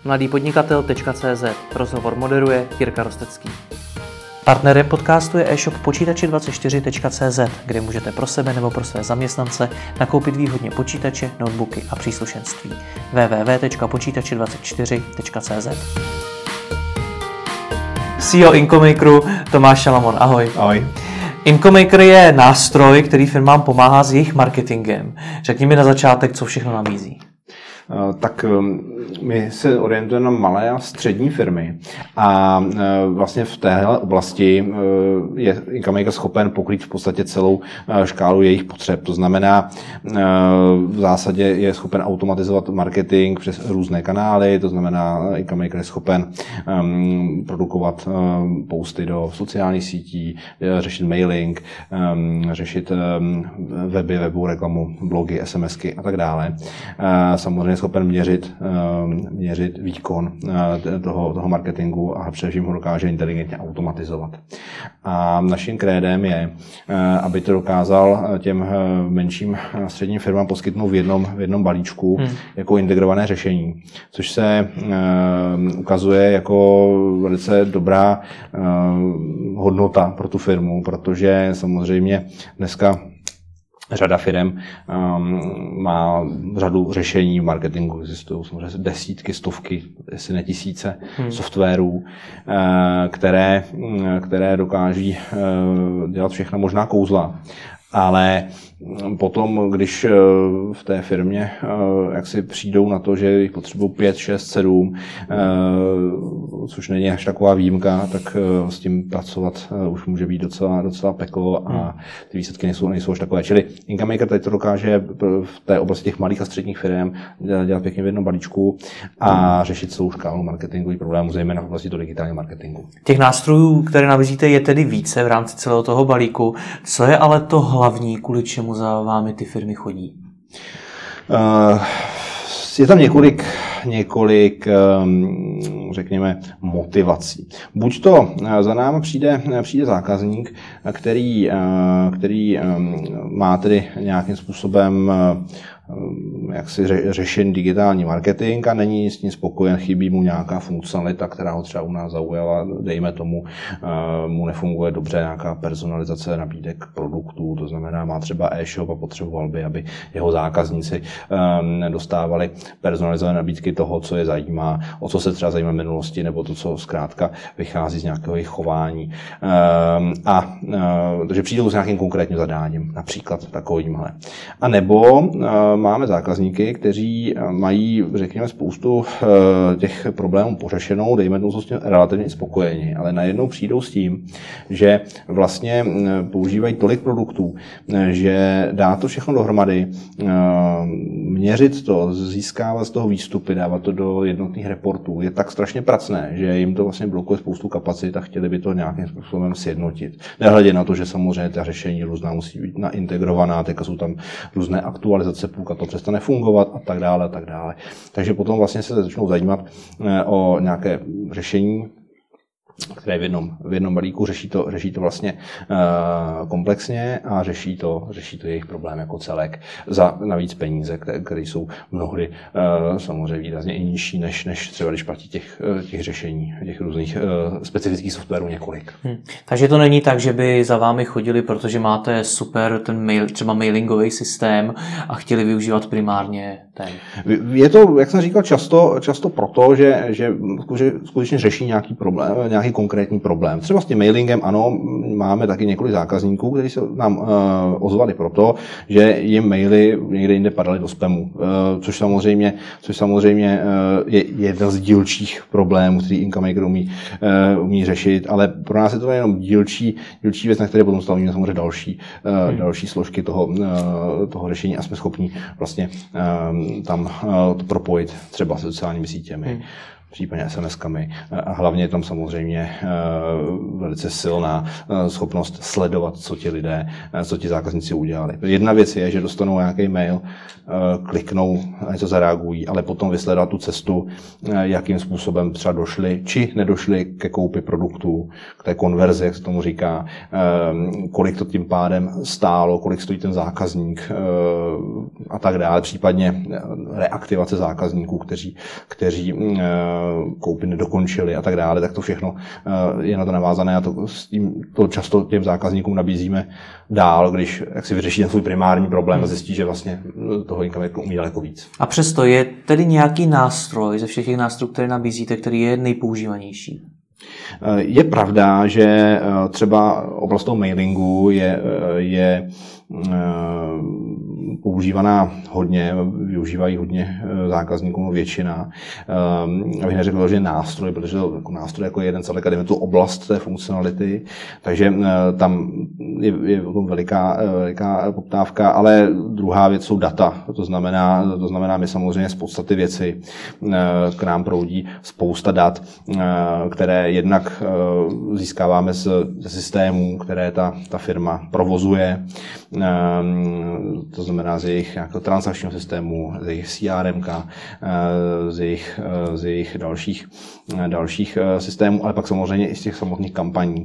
mladýpodnikatel.cz. Rozhovor moderuje Jirka Rostecký. Partnerem podcastu je e-shop počítači24.cz, kde můžete pro sebe nebo pro své zaměstnance nakoupit výhodně počítače, notebooky a příslušenství. www.počítači24.cz. CEO Incomakeru Tomáš Šalamon, ahoj. Ahoj. Incomaker je nástroj, který firmám pomáhá s jejich marketingem. Řekni mi na začátek, co všechno nabízí. Tak my se orientujeme na malé a střední firmy a vlastně v téhle oblasti je Incomemaker schopen pokrýt v podstatě celou škálu jejich potřeb. To znamená, v zásadě je schopen automatizovat marketing přes různé kanály, to znamená, Incomemaker je schopen produkovat posty do sociálních sítí, řešit mailing, řešit weby, webovou reklamu, blogy, SMSky a tak dále. Samozřejmě schopen měřit výkon toho marketingu a především ho dokáže inteligentně automatizovat. A naším krédem je, aby to dokázal těm menším středním firmám poskytnout v jednom balíčku jako integrované řešení, což se ukazuje jako velice dobrá hodnota pro tu firmu, protože samozřejmě dneska řada firem má řadu řešení v marketingu. Existují samozřejmě desítky, stovky, jestli ne tisíce softwarů, které dokáží dělat všechna možná kouzla. Ale potom, když v té firmě jak si přijdou na to, že jich potřebují 5, 6, 7, což není až taková výjimka, tak s tím pracovat už může být docela peklo a ty výsledky nejsou až takové. Čili Incomemaker tady to dokáže v té oblasti těch malých a středních firm dělat pěkně v jednom balíčku a řešit celou škálu marketingových problémů, zejména v oblasti toho digitálního marketingu. Těch nástrojů, které nabízíte, je tedy více v rámci celého toho balíku. Co je ale to hlavní, kvůli čemu za vámi ty firmy chodí? Je tam několik řekněme, motivací. Buď to za námi přijde zákazník, který má tedy nějakým způsobem jaksi řešen digitální marketing a není s tím spokojen, chybí mu nějaká funkcionalita, která ho třeba u nás zaujala, dejme tomu, mu nefunguje dobře nějaká personalizace nabídek produktů, to znamená, má třeba e-shop a potřeboval by, aby jeho zákazníci dostávali personalizované nabídky toho, co je zajímá, o co se třeba zajímá v minulosti, nebo to, co zkrátka vychází z nějakého jejich chování. Takže přijdou s nějakým konkrétním zadáním, například takovýmhle. A nebo máme zákazníky, kteří mají, řekněme, spoustu těch problémů pořešenou, dejme tomu, jsou s tím relativně spokojeni, ale najednou přijdou s tím, že vlastně používají tolik produktů, že dá to všechno dohromady, měřit to, získávat z toho výstupy, dávat to do jednotných reportů, je tak strašně pracné, že jim to vlastně blokuje spoustu kapacit a chtěli by to nějakým způsobem sjednotit. Nehledě na to, že samozřejmě ta řešení různá musí být naintegrovaná, teďka jsou tam různé aktualizace, půlka to přestane fungovat a tak dále a tak dále. Takže potom vlastně se začnou zajímat o nějaké řešení, které v jednom balíku řeší to vlastně komplexně a řeší to jejich problém jako celek za navíc peníze, které jsou mnohdy samozřejmě výrazně i nižší, než třeba když platí těch řešení, těch různých specifických softwarů několik. Takže to není tak, že by za vámi chodili, protože máte super ten třeba mailingový systém a chtěli využívat primárně ten. Je to, jak jsem říkal, často proto, že skutečně řeší nějaký problém, nějaký konkrétní problém. Třeba s tím mailingem, ano, máme taky několik zákazníků, kteří se nám ozvali proto, že jim maily někde jinde padaly do spamu, což samozřejmě je jeden z dílčích problémů, který Incomemaker umí řešit, ale pro nás je to jenom dílčí věc, na které potom stavíme samozřejmě další složky toho řešení a jsme schopni vlastně tam to propojit třeba s sociálními sítěmi. případně SMS-kami. A hlavně je tam samozřejmě velice silná schopnost sledovat, co ti lidé, co ti zákazníci udělali. Jedna věc je, že dostanou nějaký mail, kliknou, něco zareagují, ale potom vysledovat tu cestu, jakým způsobem třeba došli, či nedošli ke koupi produktů, k té konverzi, jak se tomu říká, kolik to tím pádem stálo, kolik stojí ten zákazník a tak dále, případně reaktivace zákazníků, kteří koupy nedokončili a tak dále, tak to všechno je na to navázané a to často těm zákazníkům nabízíme dál, když jak si vyřeší ten svůj primární problém a zjistí, že vlastně toho inkameru umí daleko víc. A přesto je tedy nějaký nástroj ze všech těch nástrojů, které nabízíte, který je nejpoužívanější? Je pravda, že třeba oblast toho mailingu je používaná hodně, využívají hodně zákazníků, většina. Abych neřekl, že je nástroj, protože jako nástroj jako jeden celek, dejme tu oblast té funkcionality, takže tam je veliká poptávka, ale druhá věc jsou data. To znamená, my samozřejmě z podstaty věci k nám proudí spousta dat, které jednak získáváme ze systémů, které ta firma provozuje, to znamená z jejich transakčního systému, z jejich CRM, z jejich dalších systémů, ale pak samozřejmě i z těch samotných kampaní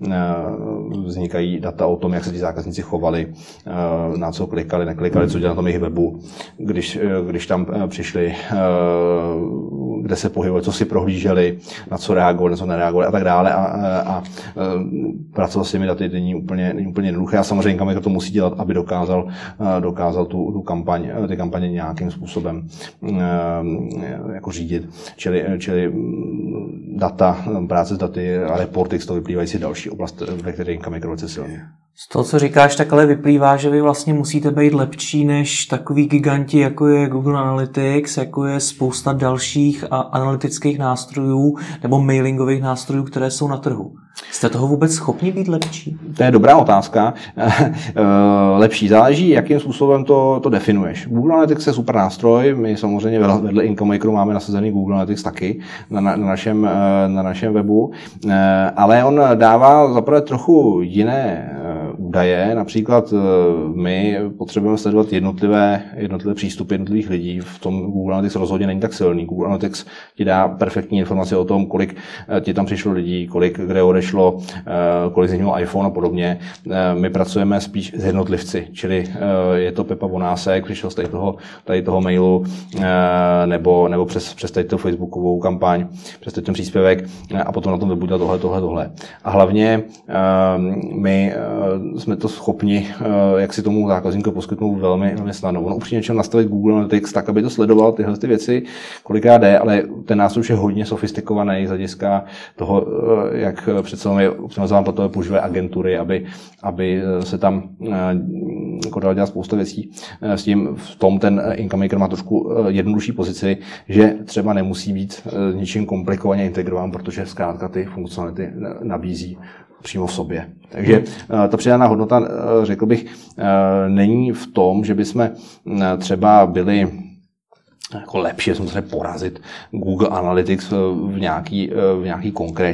vznikají data o tom, jak se ti zákazníci chovali, na co klikali, neklikali, co dělali na tom jejich webu, když tam přišli, kde se pohybovali, co si prohlíželi, na co reagovali, na co nereagovali a tak dále a pracovat s těmi daty není úplně jednoduché a samozřejmě Inkameiko to musí dělat, aby dokázal ty kampaně nějakým způsobem jako řídit, čili data, práce s daty a reporty z toho vyplývající další oblast, ve které Inkameiko velice silný. Z toho, co říkáš, tak ale vyplývá, že vy vlastně musíte být lepší než takový giganti, jako je Google Analytics, jako je spousta dalších analytických nástrojů nebo mailingových nástrojů, které jsou na trhu. Jste toho vůbec schopni být lepší? To je dobrá otázka. Lepší záleží, jakým způsobem to definuješ. Google Analytics je super nástroj, my samozřejmě vedle Inkameiko máme nasazený Google Analytics taky na našem webu, ale on dává zaprvé trochu jiné údaje, například my potřebujeme sledovat jednotlivé přístupy jednotlivých lidí, v tom Google Analytics rozhodně není tak silný. Google Analytics ti dá perfektní informace o tom, kolik ti tam přišlo lidí, kolik kde odešlo, kolik změnilo iPhone a podobně. My pracujeme spíš s jednotlivci, čili je to Pepa Vonásek, přišel z tady toho mailu, nebo přes tady tu facebookovou kampaň, přes ten příspěvek a potom na tom webu dělat tohle. A hlavně my jsme to schopni, jak si tomu zákazníkovi poskytnout velmi snadno. Ono upřímně něčem nastavit Google Analytics tak, aby to sledoval tyhle věci, kolikrát jde, ale ten nástroj je hodně sofistikovaný z hlediska toho, jak přece je optimalizován, proto používají agentury, aby se tam dalo dělat spousta věcí. S tím v tom ten Inkameiko má trošku jednodušší pozici, že třeba nemusí být ničím komplikovaně integrován, protože zkrátka ty funkcionality nabízí přímo v sobě. Takže ta přidaná hodnota, řekl bych, není v tom, že bychom třeba byli jako lepší, že jsme se porazit Google Analytics v nějaký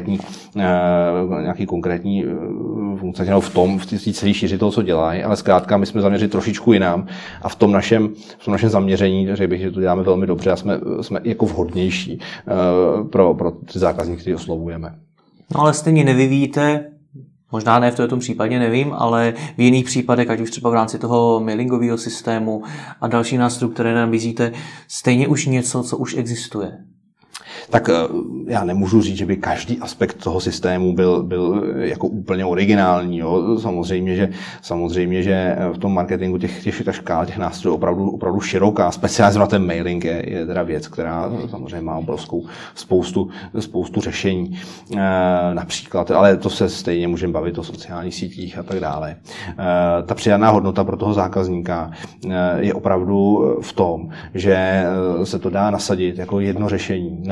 konkrétní funkci, nebo v té celé šíři toho, co dělají, ale zkrátka my jsme zaměřili trošičku jinam a v tom našem zaměření, řekl bych, že to děláme velmi dobře a jsme jako vhodnější pro ty zákazníky, které oslovujeme. No ale stejně nevyvíjíte, možná ne v tomto případě, nevím, ale v jiných případech, ať už třeba v rámci toho mailingového systému a další nástrojů, které nabízíte, stejně už něco, co už existuje. Tak já nemůžu říct, že by každý aspekt toho systému byl jako úplně originální. Jo. Samozřejmě, že v tom marketingu ta škála těch nástrojů opravdu široká. Speciálně na ten mailing je teda věc, která samozřejmě má obrovskou spoustu řešení. Například, ale to se stejně můžeme bavit o sociálních sítích a tak dále. Ta přidaná hodnota pro toho zákazníka je opravdu v tom, že se to dá nasadit jako jedno řešení na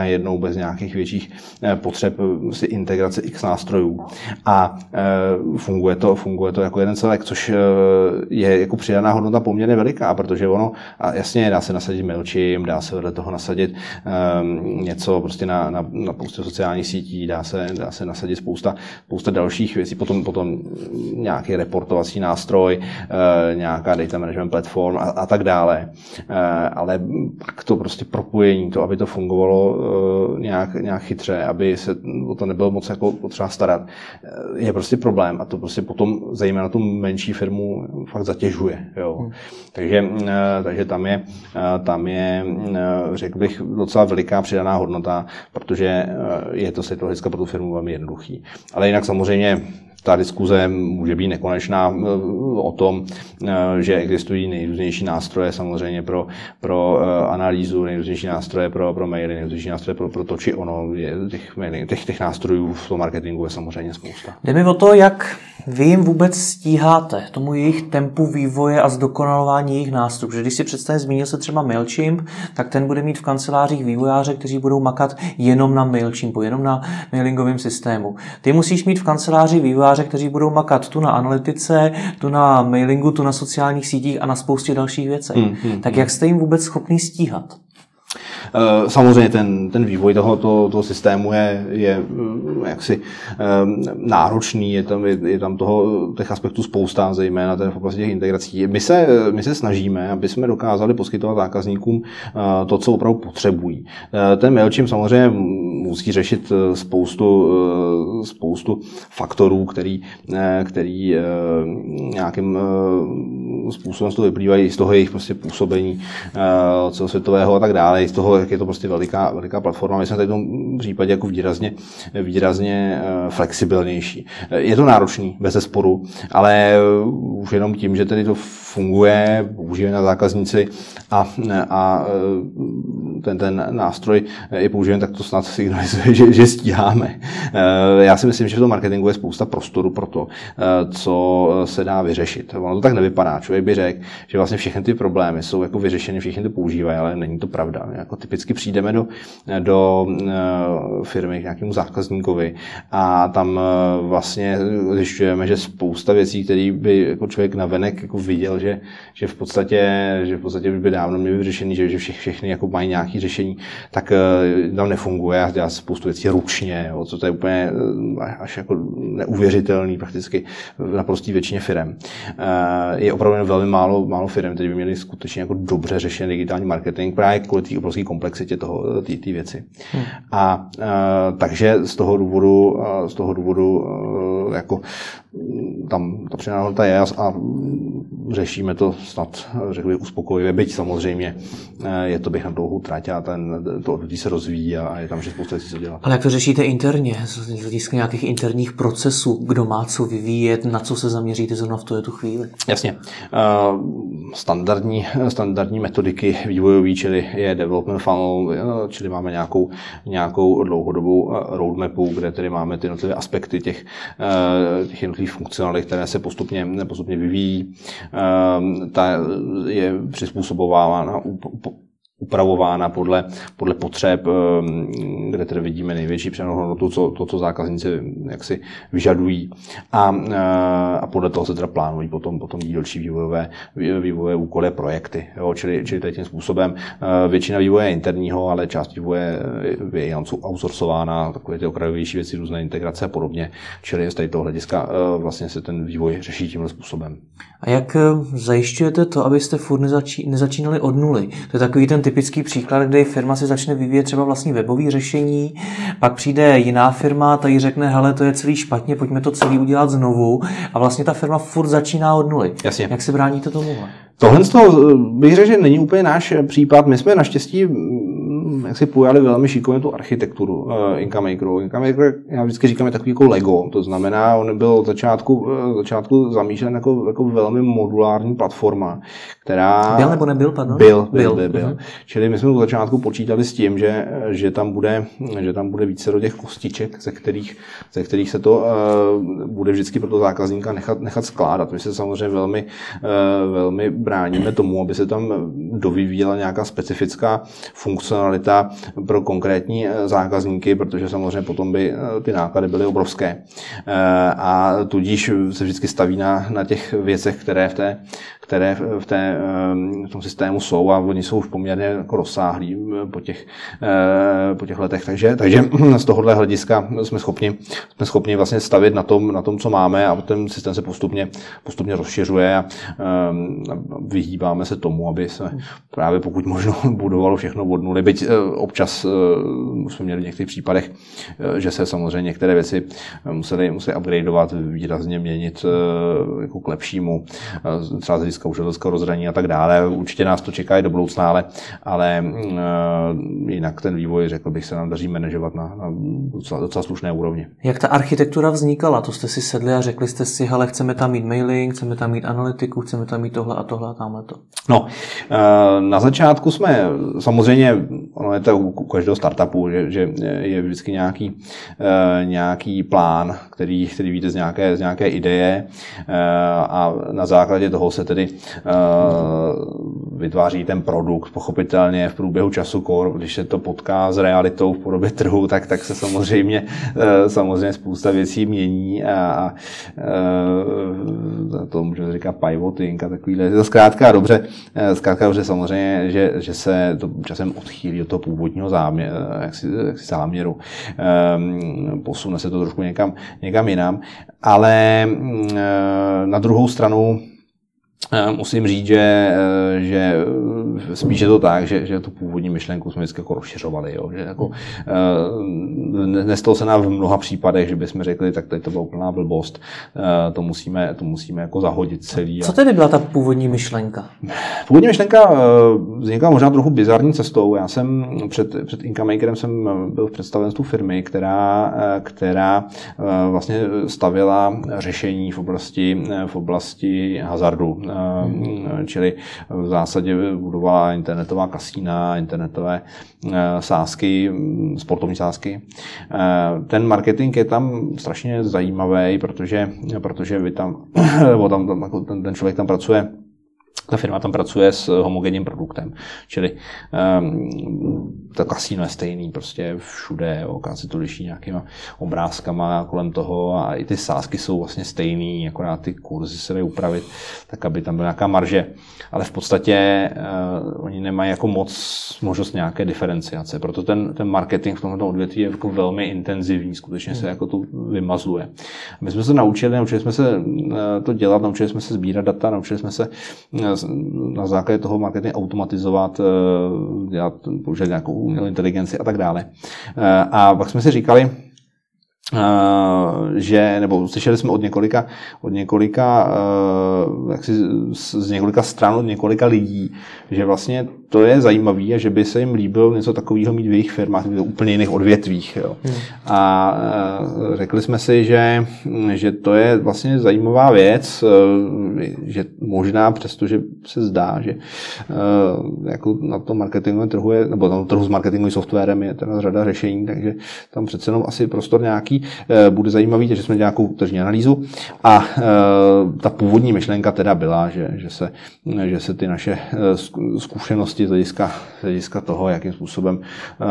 najednou bez nějakých větších potřeb si integrace x nástrojů. A funguje to jako jeden celek, což je jako přidaná hodnota poměrně veliká, protože ono, a jasně, dá se nasadit MailChimp, dá se vedle toho nasadit něco prostě na spoustě sociálních sítí, dá se nasadit spousta dalších věcí, potom nějaký reportovací nástroj, nějaká data management platform a tak dále. Ale pak to prostě propojení, to, aby to fungovalo nějak chytře, aby se o to nebylo moc jako potřeba starat, je prostě problém a to prostě potom zejména tu menší firmu fakt zatěžuje. Jo. Takže tam je, řekl bych, docela veliká přidaná hodnota, protože je to z hlediska pro tu firmu velmi jednoduchý. Ale jinak samozřejmě ta diskuze může být nekonečná o tom, že existují nejrůznější nástroje samozřejmě pro analýzu, nejrůznější nástroje pro maily, nejrůznější nástroje pro to, či ono. Těch nástrojů v tom marketingu je samozřejmě spousta. Jde mi o to, jak vy jim vůbec stíháte tomu jejich tempu vývoje a zdokonalování jejich nástrojů. Protože když si představím, zmínil se třeba MailChimp, tak ten bude mít v kancelářích vývojáře, kteří budou makat jenom na MailChimpu, jenom na mailingovém systému. Ty musíš mít v kanceláři vývojáře, kteří budou makat tu na analytice, tu na mailingu, tu na sociálních sítích a na spoustě dalších věcí. Tak jak jste jim vůbec schopný stíhat? Samozřejmě ten vývoj toho systému je jaksi náročný, je tam těch aspektů spousta, zejména v oblasti těch integrací. My se snažíme, aby jsme dokázali poskytovat zákazníkům to, co opravdu potřebují. Ten MailChimp samozřejmě musí řešit spoustu faktorů, který nějakým způsobem z toho vyplývají, z toho jejich prostě působení celosvětového a tak dále, z toho, jak je to prostě veliká platforma. My jsme tady v tom případě jako výrazně flexibilnější. Je to náročný, bezesporu, ale už jenom tím, že tedy to funguje, používají na zákazníci a ten nástroj je používaný, tak to snad signalizuje, že stíháme. Já si myslím, že v tom marketingu je spousta prostoru pro to, co se dá vyřešit. Ono to tak nevypadá. Člověk by řekl, že vlastně všechny ty problémy jsou jako vyřešeny, všichni to používají, ale není to pravda. Jako typicky přijdeme do firmy k nějakému zákazníkovi a tam vlastně zjišťujeme, že spousta věcí, které by jako člověk navenek jako viděl, že v podstatě by dávno měly vyřešený, že všechny jako mají nějaké řešení, tak tam nefunguje a dělá se spoustu věcí ručně, co to je úplně až jako neuvěřitelný prakticky v naprosté většině firem. Je opravdu velmi málo firem, které by měly skutečně jako dobře řešený digitální marketing právě kvůli té obrovské komplexitě té věci. Takže z toho důvodu jako tam ta přidaná hodnota je a řešíme to snad, řekl bych, uspokojivě, byť samozřejmě je to běh na dlouhou trať a to odvětví se rozvíjí a je tam že spousta věcí se dělá. Ale jak to řešíte interně, z hlediska nějakých interních procesů, kdo má co vyvíjet, na co se zaměříte zrovna v tu chvíli? Jasně. Standardní metodiky vývojový, čili je development funnel, čili máme nějakou dlouhodobou roadmapu, kde tedy máme ty jednotlivé aspekty těch jednotlivých funkcionalit, které se postupně vyvíjí. Ta je přizpůsobována, upravována podle potřeb, kde tedy vidíme největší přidanou hodnotu, co zákazníci jaksi vyžadují a podle toho se teda plánují potom dílčí vývojové úkoly, projekty. Jo? Čili tady tím způsobem většina vývoje je interního, ale část vývoje je outsourcována, takové ty okrajovější věci, různé integrace a podobně. Čili z toho hlediska vlastně se ten vývoj řeší tímhle způsobem. A jak zajišťujete to, abyste furt nezačínali od nuly? To je takový ten typický příklad, kdy firma si začne vyvíjet třeba vlastní webové řešení, pak přijde jiná firma, ta jí řekne, hele, to je celý špatně, pojďme to celý udělat znovu a vlastně ta firma furt začíná od nuly. Jasně. Jak se bráníte tomuhle? Tohle bych řekl, že není úplně náš případ. My jsme naštěstí jak si pojali velmi šikovně tu architekturu Incamakeru. Incamaker, já vždycky říkám, je takový jako Lego. To znamená, on byl od začátku zamýšlen jako velmi modulární platforma, která... Byl nebo nebyl, pardon? Byl. Čili my jsme od začátku počítali s tím, že tam bude více do těch kostiček, ze kterých se to bude vždycky pro toho zákazníka nechat skládat. My se samozřejmě velmi bráníme tomu, aby se tam dovyvíjela nějaká specifická funkcionalita, realita pro konkrétní zákazníky, protože samozřejmě potom by ty náklady byly obrovské. A tudíž se vždycky staví na těch věcech, které v tom systému jsou a oni jsou už poměrně jako rozsáhlí po těch letech. Takže z tohohle hlediska jsme schopni vlastně stavět na tom, co máme a ten systém se postupně rozšiřuje a vyhýbáme se tomu, aby se právě pokud možno budovalo všechno od nuly, byť občas jsme měli v některých případech, že se samozřejmě některé věci museli upgradeovat, výrazně měnit jako k lepšímu, třeba z hlediska uživatelského rozhraní a tak dále. Určitě nás to čeká i do budoucna, ale jinak ten vývoj, řekl bych, se nám daří manažovat na docela slušné úrovni. Jak ta architektura vznikala? To jste si sedli a řekli jste si, hele, chceme tam mít mailing, chceme tam mít analytiku, chceme tam mít tohle a tamhle to. No, na začátku jsme, samozřejmě, ono je to u každého startupu, že je vždycky nějaký plán, který víte z nějaké ideje a na základě toho se tedy vytváří ten produkt. Pochopitelně v průběhu času, když se to potká s realitou v podobě trhu, tak se samozřejmě spousta věcí mění a to můžeme říkat pivoting a takovýhle. To zkrátka dobře samozřejmě, že se to časem odchýlí od toho původního záměru. Posune se to trošku někam jinam, ale na druhou stranu musím říct, že spíš je to tak, že tu původní myšlenku jsme vždycky jako rozšiřovali. Jo? Že jako, nestalo se nám v mnoha případech, že bychom řekli, tak tady to byla úplná blbost, to musíme jako zahodit celý. Co tedy byla ta původní myšlenka? Původní myšlenka vznikla možná trochu bizarní cestou. Já jsem před Incamakerem jsem byl v představenstvu firmy, která vlastně stavěla řešení v oblasti hazardu. Čili v zásadě budovala internetová kasína, internetové sázky, sportovní sázky. Ten marketing je tam strašně zajímavý, protože vy tam ten člověk tam pracuje, ta firma tam pracuje s homogenním produktem, čili to kasíno je stejný prostě všude, se to liší nějakýma obrázkama kolem toho a i ty sázky jsou vlastně stejný, akorát ty kurzy se dají upravit, tak aby tam byla nějaká marže, ale v podstatě oni nemají jako moc možnost nějaké diferenciace, proto ten marketing v tomto odvětví je jako velmi intenzivní, skutečně se jako to vymazluje. My jsme se naučili jsme se to dělat, naučili jsme se sbírat data, naučili jsme se na základě toho marketing automatizovat, použít nějakou umělou inteligenci a tak dále. A pak jsme si říkali, nebo slyšeli jsme od několika z několika stran, od několika lidí, že vlastně to je zajímavé a že by se jim líbilo něco takového mít v jejich firmách, v úplně jiných odvětvích. Jo. A řekli jsme si, že to je vlastně zajímavá věc, že možná přesto, že se zdá, že jako na tom marketingovém trhu nebo na trhu s marketingovým softwarem je teda řada řešení, takže tam přece jenom asi prostor nějaký bude zajímavý, takže jsme dělali nějakou tržní analýzu a ta původní myšlenka teda byla, že se ty naše zkušenosti z hlediska toho, jakým způsobem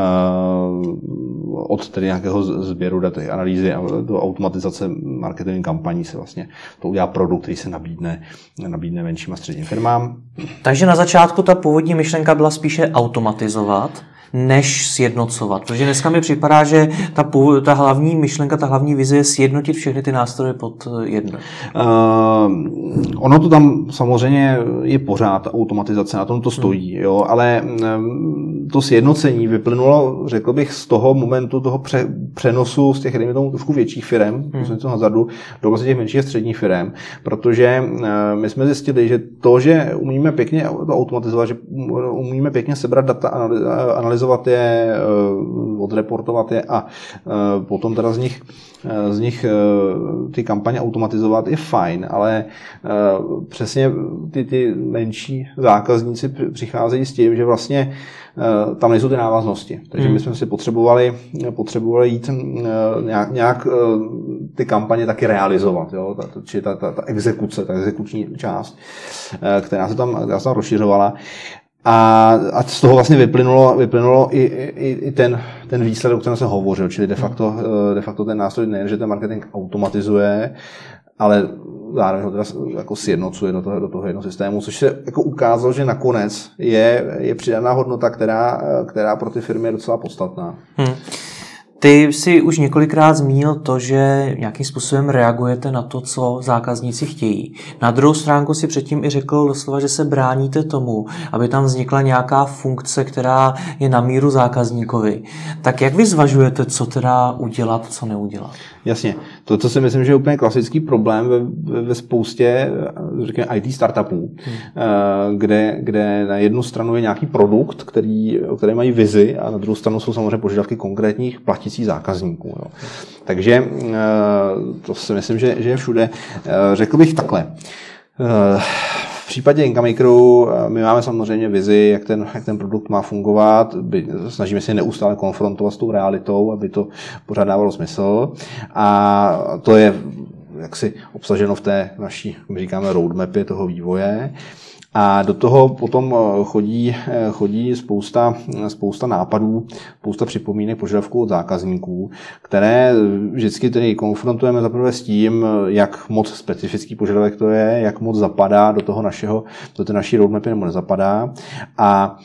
od tedy nějakého sběru dat, analýzy a do automatizace marketingových kampaní se vlastně to udělá produkt, který se nabídne menším a středním firmám. Takže na začátku ta původní myšlenka byla spíše automatizovat, než sjednocovat. Protože dneska mi připadá, že ta hlavní myšlenka, ta hlavní vize je sjednotit všechny ty nástroje pod jedno. Ono to tam samozřejmě je pořád, ta automatizace, na tom to stojí, jo, ale to sjednocení vyplynulo, řekl bych, z toho momentu toho přenosu z těch, dejme tomu, trošku větších firem, hazardu, do vlastně těch menších a středních firem, protože my jsme zjistili, že to, že umíme pěkně to automatizovat, že umíme pěkně sebrat data, analyzovat je, odreportovat je a potom teda z nich ty kampaně automatizovat je fajn, ale přesně ty menší zákazníci přicházejí s tím, že vlastně tam nejsou ty návaznosti. Takže my jsme si potřebovali jít nějak ty kampaně taky realizovat. Jo? Čili ta exekuce, ta exekuční část, která se tam rozšiřovala. A z toho vlastně vyplynulo i ten výsledek, o kterém jsem hovořil, čili de facto ten nástroj nejen, že ten marketing automatizuje, ale zároveň ho teda jako sjednocuje do toho jednoho systému, což se jako ukázalo, že nakonec je přidaná hodnota, která pro ty firmy je docela podstatná. Ty jsi už několikrát zmínil to, že nějakým způsobem reagujete na to, co zákazníci chtějí. Na druhou stránku si předtím i řekl doslova, že se bráníte tomu, aby tam vznikla nějaká funkce, která je na míru zákazníkovi. Tak jak vy zvažujete, co teda udělat, co neudělat? Jasně. To, co si myslím, že je úplně klasický problém ve spoustě, řekněme, IT startupů, kde na jednu stranu je nějaký produkt, který mají vizi, a na druhou stranu jsou samozřejmě požadavky konkrétních platících zákazníků. Jo. Takže to si myslím, že je všude. Řekl bych takhle. V případě Incamakeru my máme samozřejmě vizi, jak ten produkt má fungovat. Snažíme se neustále konfrontovat s tou realitou, aby to pořád dávalo smysl. A to je jaksi obsaženo v té naší, my říkáme, roadmapě toho vývoje. A do toho potom chodí spousta nápadů, spousta připomínek, požadavků od zákazníků, které vždycky tedy konfrontujeme zaprvé s tím, jak moc specifický požadavek to je, jak moc zapadá do té naší roadmapy nebo nezapadá a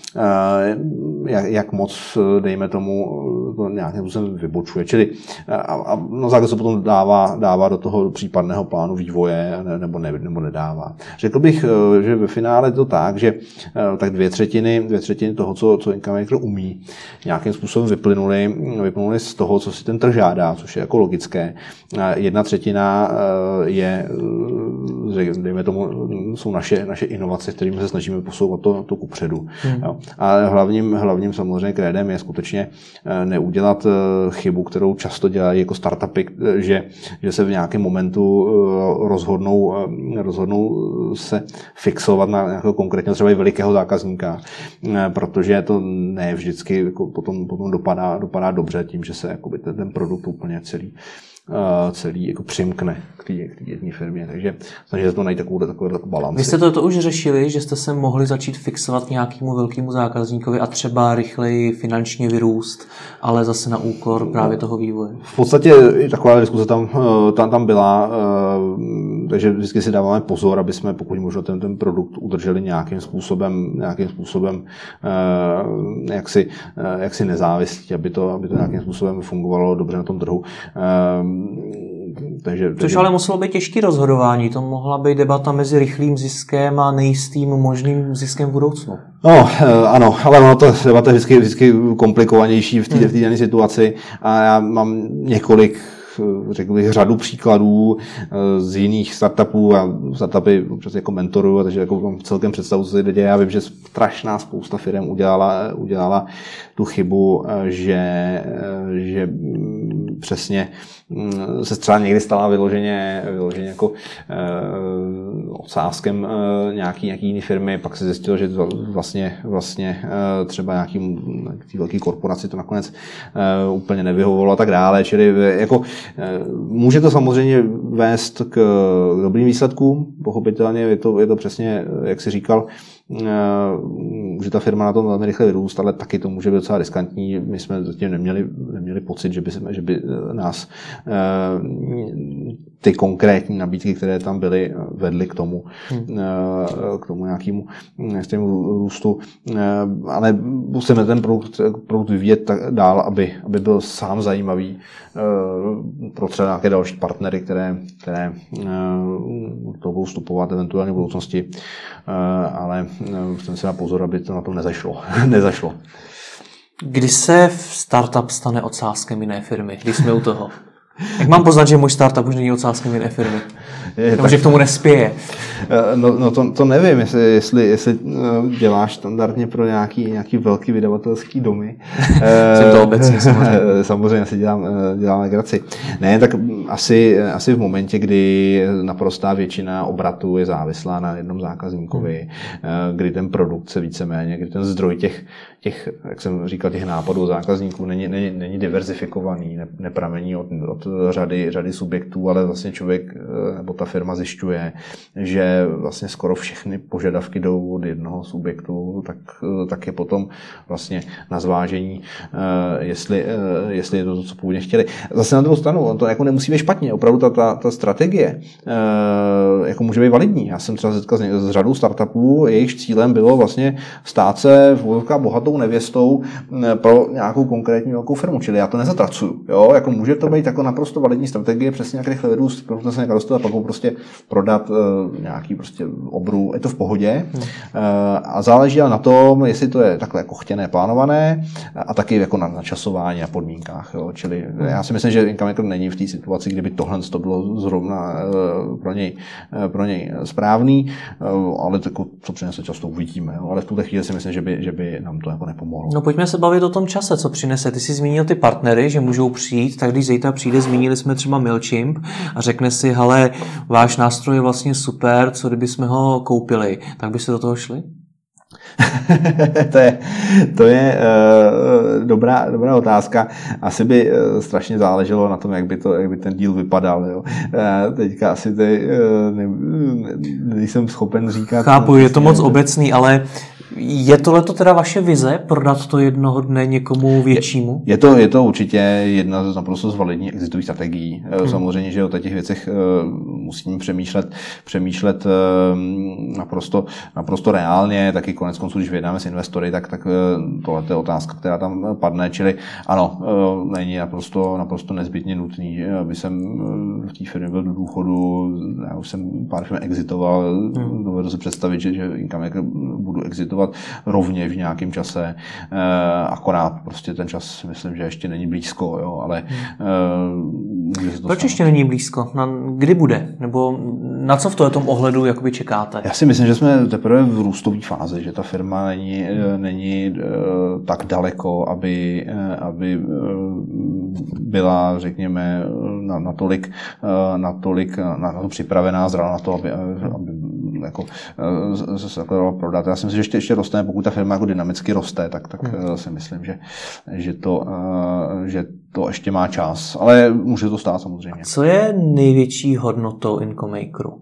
jak moc, dejme tomu, to nějakým způsobem vybočuje. Čili na základě se potom dává do toho případného plánu vývoje nebo nedává. Řekl bych, že ve finále je to tak, že tak dvě třetiny toho, co Incamaker umí, nějakým způsobem vyplynuly z toho, co si ten trh žádá, což je jako logické. Jedna třetina je, dejme tomu, jsou naše inovace, kterými se snažíme posouvat to kupředu. A hlavním samozřejmě krédem je skutečně neudělat chybu, kterou často dělají jako startupy, že se v nějakém momentu rozhodnou se fixovat na nějakého konkrétního třeba i velikého zákazníka, protože to ne vždycky jako potom dopadá dobře tím, že se jakoby ten produkt úplně celý jako přimkne k té jedné firmě. Takže snaží se to najít takovou balanci. Vy jste to už řešili, že jste se mohli začít fixovat k nějakému velkému zákazníkovi a třeba rychleji finančně vyrůst, ale zase na úkor právě toho vývoje? V podstatě taková diskuse tam byla, takže vždycky si dáváme pozor, aby jsme pokud možno ten produkt udrželi nějakým způsobem jaksi nezávislí, aby to nějakým způsobem fungovalo dobře na tom trhu. Což ale muselo být těžké rozhodování. To mohla být debata mezi rychlým ziskem a nejistým možným ziskem v budoucnu. No, ano, ale ono to debata je vždycky komplikovanější v té dané situaci a já mám několik, řekl bych, řadu příkladů z jiných startupů a startupy občas jako mentoruju, takže jako mám celkem představu, co se děje. Já vím, že strašná spousta firm udělala tu chybu, že přesně se třeba někdy stala vyloženě jako odsázkem nějaký jiný firmy, pak se zjistilo, že vlastně třeba nějaký velký korporaci to nakonec úplně nevyhovovalo a tak dále, čili jako může to samozřejmě vést k dobrým výsledkům, pochopitelně je to přesně, jak jsi říkal, že ta firma na tom velmi rychle vyrůst, ale taky to může být docela riskantní. My jsme zatím neměli pocit, že by nás ty konkrétní nabídky, které tam byly, vedly k tomu nějakému růstu. Ale musíme ten produkt vyvíjet dál, aby byl sám zajímavý pro třeba nějaké další partnery, které to budou vstupovat eventuálně v budoucnosti, ale musíme se na pozor, aby to na tom nezašlo. Kdy se startup stane odsázkem jiné firmy, když jsme u toho? Jak mám poznat, že můj startup už není odsázkem jiné firmy? Nebo že k tomu nespěje? No to nevím, jestli děláš standardně pro nějaký velký vydavatelský domy. Jsem to obecně samozřejmě. Samozřejmě si dělám legraci. Ne, tak asi v momentě, kdy naprostá většina obratu je závislá na jednom zákazníkovi, kdy ten produkt se víceméně, kdy ten zdroj těch, jak jsem říkal, těch nápadů zákazníků není diverzifikovaný, nepramení od řady subjektů, ale vlastně člověk nebo ta firma zjišťuje, že vlastně skoro všechny požadavky jdou od jednoho subjektu, tak je potom vlastně na zvážení, jestli je to, co původně chtěli. Zase na druhou stranu, to jako nemusí být špatně, opravdu ta strategie jako může být validní. Já jsem třeba setkal s řadou startupů, jejich cílem bylo vlastně stát se bohatou nevěstou pro nějakou konkrétní velkou firmu, čili já to nezatracuju. Jo? Jako může to být jako naprosto validní strategie, přesně jak rychle vyrůst, protože se někdo dostal a pak ho prostě prodat nějaký prostě obru, je to v pohodě. A záleží ale na tom, jestli to je takhle jako chtěné, plánované a taky jako na načasování a podmínkách. Jo? Čili já si myslím, že Incomemaker není v té situaci, kdyby tohle to bylo zrovna pro něj správný, ale tako, co přinese často uvidíme. Jo? Ale v tuhle chvíli si myslím, že by nám to jako nepomohlo. No pojďme se bavit o tom čase, co přinese. Ty jsi zmínil ty partnery, že můžou přijít, tak když zítra přijde, zmínili jsme třeba Mailchimp a řekne si, hele, váš nástroj je vlastně super, co kdyby jsme ho koupili, tak by se do toho šli? To je dobrá otázka. Asi by strašně záleželo na tom, jak by ten díl vypadal. Jo. Teďka asi nejsem schopen říkat. Chápu, je to moc obecný, ale je tohleto teda vaše vize, prodat to jednoho dne někomu většímu? Je to určitě jedna z naprosto z validních exitových strategií. Samozřejmě, že o těch věcech musíme přemýšlet naprosto reálně, taky konec konců, když vyjednáme s investory, tak tohle je otázka, která tam padne, čili ano, není naprosto nezbytně nutný, aby jsem v té firmě byl do důchodu, já už jsem pár firm exitoval, dovedu si představit, že Incomemaker budu exitovat rovně v nějakém čase, akorát prostě ten čas myslím, že ještě není blízko, jo, ale proč ještě není blízko? Kdy bude? Nebo na co v tom ohledu jakoby čekáte? Já si myslím, že jsme teprve v růstové fázi, že ta firma není tak daleko, aby byla, řekněme, natolik na to připravená, zralá na to, aby jako se takhle prodat. Já si myslím, že ještě roste, pokud ta firma jako dynamicky roste, tak si myslím, že to ještě má čas. Ale může to stát samozřejmě. Co je největší hodnotou Incomemakeru?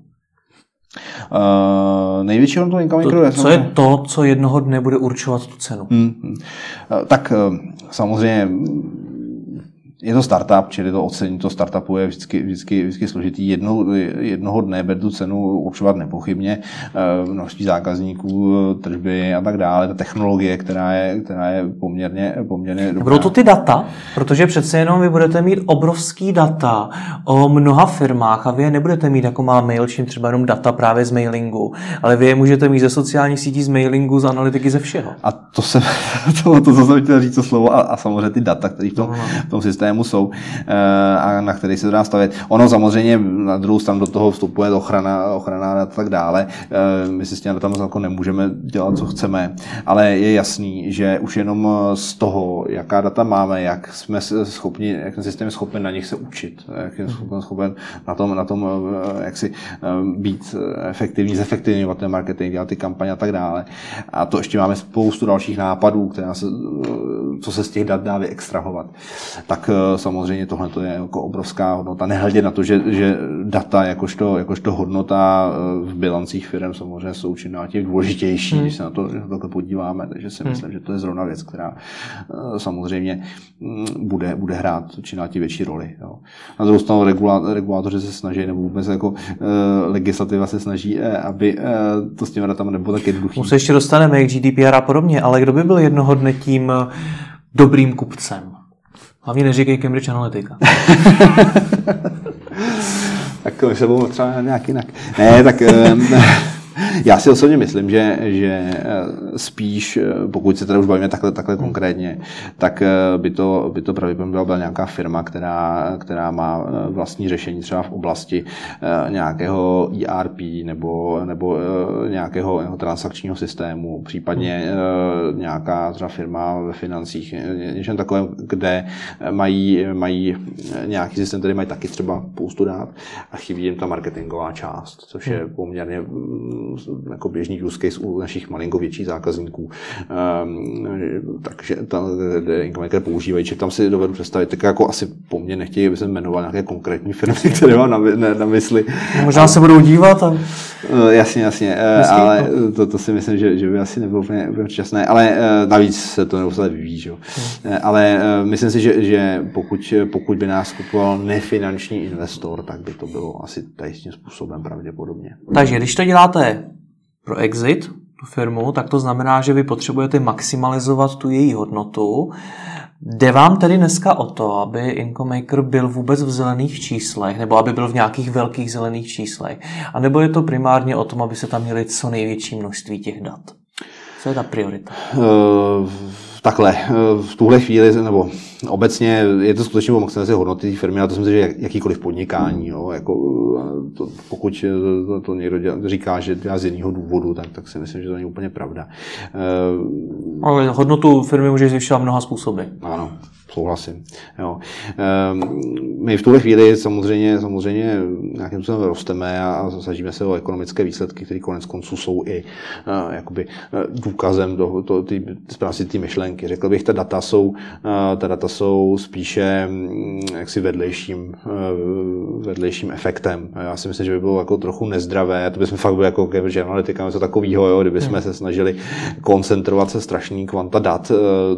Největší hodnotou Incomemakeru co je to, co jednoho dne bude určovat tu cenu? Tak samozřejmě je to startup, čili to ocení to startupu je vždycky složitý. Jednoho dne bude tu cenu určovat nepochybně, množství zákazníků, tržby a tak dále. Ta technologie, která je poměrně dobrá. Budou to ty data, protože přece jenom vy budete mít obrovský data o mnoha firmách a vy je nebudete mít, jako má Mailchimp, třeba jenom data právě z mailingu, ale vy je můžete mít ze sociálních sítí, z mailingu, z analytiky, ze všeho. A to jsem chtěl říct to slovo a samozřejmě ty data, které v tom systému jsou a na kterých se dá stavět. Ono samozřejmě na druhou stranu do toho vstupuje ochrana a tak dále. My si s těmi datami jako nemůžeme dělat, co chceme, ale je jasný, že už jenom z toho, jaká data máme, jak ten systém je schopen na nich se učit, jak je schopen na tom jak si být efektivní, zefektivňovat ten marketing, dělat ty kampaně a tak dále. A to ještě máme spoustu dalších nápadů, co se z těch dat dá vyextrahovat. Tak samozřejmě tohle je jako obrovská hodnota. Nehledě na to, že data jakožto hodnota v bilancích firm samozřejmě jsou čím dál tím důležitější, když se na to takhle podíváme. Takže si myslím, že to je zrovna věc, která samozřejmě bude hrát čím dál tím větší roli. Jo. Na druhou stranu regulátoři se snaží, nebo vůbec jako legislativa se snaží, aby to s těmi datami nebylo tak jednoduchý. Se ještě dostaneme k GDPR a podobně, ale kdo by byl jednoho dne tím dobrým kupcem? Hlavně neříkej Cambridge Analytica. Tak my se budeme třeba nějak jinak. Ne, tak já si osobně myslím, že spíš, pokud se teda už bavíme takhle konkrétně, tak by to pravděpodobně byla nějaká firma, která má vlastní řešení třeba v oblasti nějakého ERP nebo nějakého nějakého systému, případně nějaká třeba firma ve financích, něčem takovém, kde mají nějaký systém, který mají taky třeba spoustu dát a chybí jim ta marketingová část, což je poměrně jako běžný use case u našich malinko větších zákazníků. Takže Income používají, že tam si dovedu představit, tak jako asi po mně nechtějí, aby se jmenoval nějaké konkrétní firmy, které mám na mysli. Možná se budou dívat. Jasně, ale to si myslím, že by asi nebylo úplně časné, ale navíc se to neustále vyvíjí. Že? Ale myslím si, že pokud by nás kupoval nefinanční investor, tak by to bylo asi tím způsobem pravděpodobně. Takže když to děláte pro exit, tu firmu, tak to znamená, že vy potřebujete maximalizovat tu její hodnotu. Jde vám tedy dneska o to, aby Incomaker byl vůbec v zelených číslech, nebo aby byl v nějakých velkých zelených číslech? A nebo je to primárně o tom, aby se tam měli co největší množství těch dat? Co je ta priorita? Takhle, v tuhle chvíli, nebo obecně je to skutečně o maximalizaci hodnoty té firmy, ale to si myslím, že jakýkoliv podnikání, jo, jako pokud to někdo říká, že dělá z jiného důvodu, tak si myslím, že to není úplně pravda. Ale hodnotu firmy může zvyšovat mnoha způsoby. Ano. Souhlasím. Jo. My v tuhle chvíli samozřejmě nějakým způsobem rosteme a snažíme se o ekonomické výsledky, které konec konců jsou i jakoby důkazem té myšlenky. Řekl bych, ta data jsou spíše jaksi vedlejším efektem. Já si myslím, že by bylo jako trochu nezdravé, to bychom fakt byli jako Cambridge Analytica, něco takového, jo, kdyby jsme se snažili koncentrovat se strašný kvanta dat.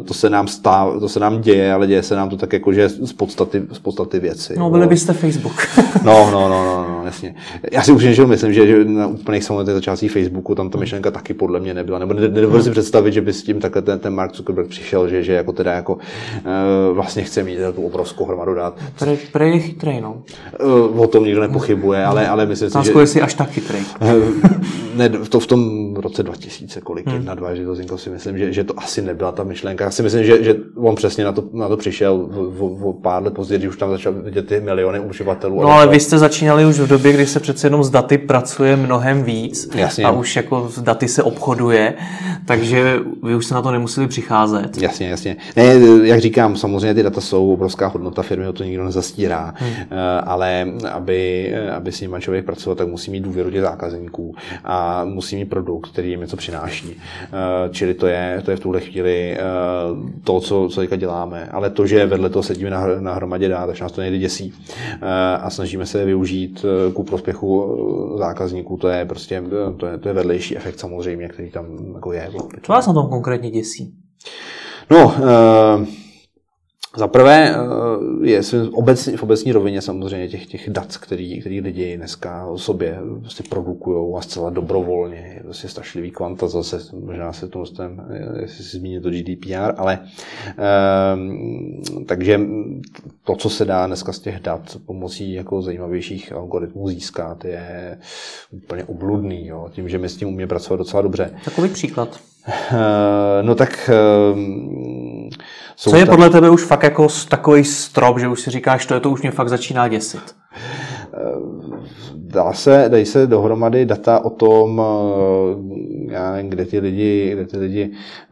To se nám děje, ale děje se nám to tak jako, že z podstaty věci. No, byli byste Facebook. No, jasně. Já si upřímně myslím, že na úplných samotných začátcích Facebooku tam ta myšlenka taky podle mě nebyla. Nebo nedovedu si představit, že by s tím takhle ten Mark Zuckerberg přišel, že jako teda jako vlastně chce mít tu obrovskou hromadu dat. Prej je chytrej, no. O tom nikdo nepochybuje, ale myslím si, že... jsi až tak chytrej. Ne, v tom roce 2000, kolik, 1-2, že to si myslím, že to asi nebyla ta myšlenka. Já si myslím, že on přesně na to přišel o pár let později, když už tam začal vidět ty miliony uživatelů. No ale vy jste začínali už v době, kdy se přece jenom s daty pracuje mnohem víc. Jasně. A už jako s daty se obchoduje, takže vy už se na to nemuseli přicházet. Jasně. Ne, jak říkám, samozřejmě ty data jsou obrovská hodnota firmy, to nikdo nezastírá, ale aby s nimi člověk pracoval, tak musí mít důvěru těch zákazníků a musí mít produkt, který jim něco přináší. Čili to je v tuhle chvíli to, co teďka děláme. Ale to, že vedle toho sedíme na hromadě dát, takže nás to někdy děsí a snažíme se využít ku prospěchu zákazníků, to je prostě to je vedlejší efekt samozřejmě, který tam jako je. Co vás na tom konkrétně děsí? No, za prvé je v obecní rovině samozřejmě těch dat, který lidi dneska o sobě prostě produkují a zcela dobrovolně. Je prostě strašlivý kvanta, zase možná se tomu jestli si zmínit to GDPR, ale takže to, co se dá dneska z těch dat pomocí jako zajímavějších algoritmů získat, je úplně obludný. Jo? Tím, že my s tím umíme pracovat docela dobře. Takový příklad. No tak... Co je podle tebe už fakt jako takový strop, že už si říkáš, to už mě fakt začíná děsit? Dají se dohromady data o tom, já nevím, kde ty lidi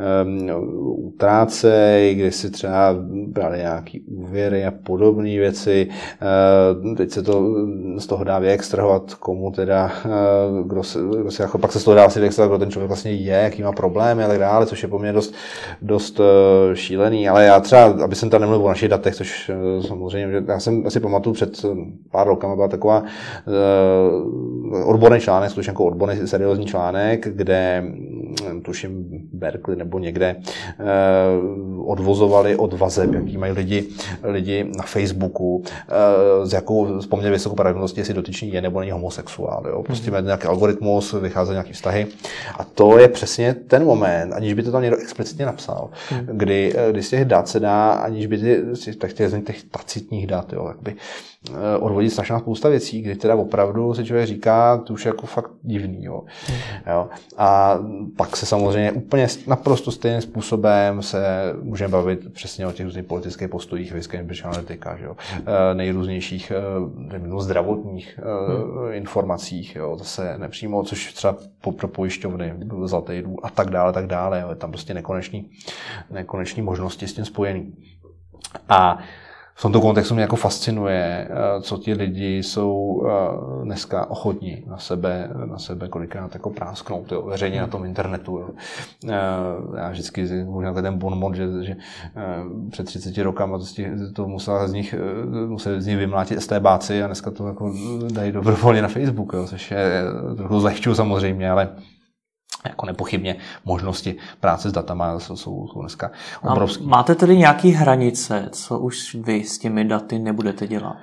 utrácejí, kde si třeba brali nějaký úvěry a podobné věci. Teď se to z toho dá vyextrahovat, komu teda, pak se z toho dá si vyextrahovat, kdo ten člověk vlastně je, jaký má problémy a tak dále, což je po mně dost šílený. Ale já třeba, aby jsem tam nemluvil o našich datech, což samozřejmě, já jsem asi pamatuju před pár rokama byla taková odborný článek, skutečně jako odborný seriózní článek, kde tuším Berkeley nebo někde odvozovali od vazeb, jaký mají lidi na Facebooku, s jakou z poměrně vysokou pravděpodobností, jestli dotyčný je nebo není homosexuál. Jo? Prostě mají nějaký algoritmus, vycházejí nějaký vztahy. A to je přesně ten moment, aniž by to tam někdo explicitně napsal, kdy z těch dat se dá, aniž by těch tacitních dat, jo, jakby odvodit strašná spousta věcí, kdy teda opravdu si člověk říká, to už je jako fakt divný. Jo. A pak se samozřejmě úplně naprosto stejným způsobem se můžeme bavit přesně o těch různých politických postojích v Cambridge Analytica, jo. Nejrůznějších zdravotních informacích, jo. Zase nepřímo, což třeba pro pojišťovny, zlatý důl a tak dále. Jo. Je tam prostě nekonečný možnosti s tím spojený. A v tomto kontextu mě jako fascinuje, co ti lidi jsou dneska ochotní na sebe kolikrát jako prásknout, jo, veřejně na tom internetu. Jo. Já vždycky možná ten bonmot, že před 30 rokama to museli z nich vymlátit estébáci a dneska to jako dají dobrovolně na Facebook, jo, což je trochu zlehčuju samozřejmě, ale jako nepochybně možnosti práce s datama jsou dneska obrovské. Máte tedy nějaké hranice, co už vy s těmi daty nebudete dělat?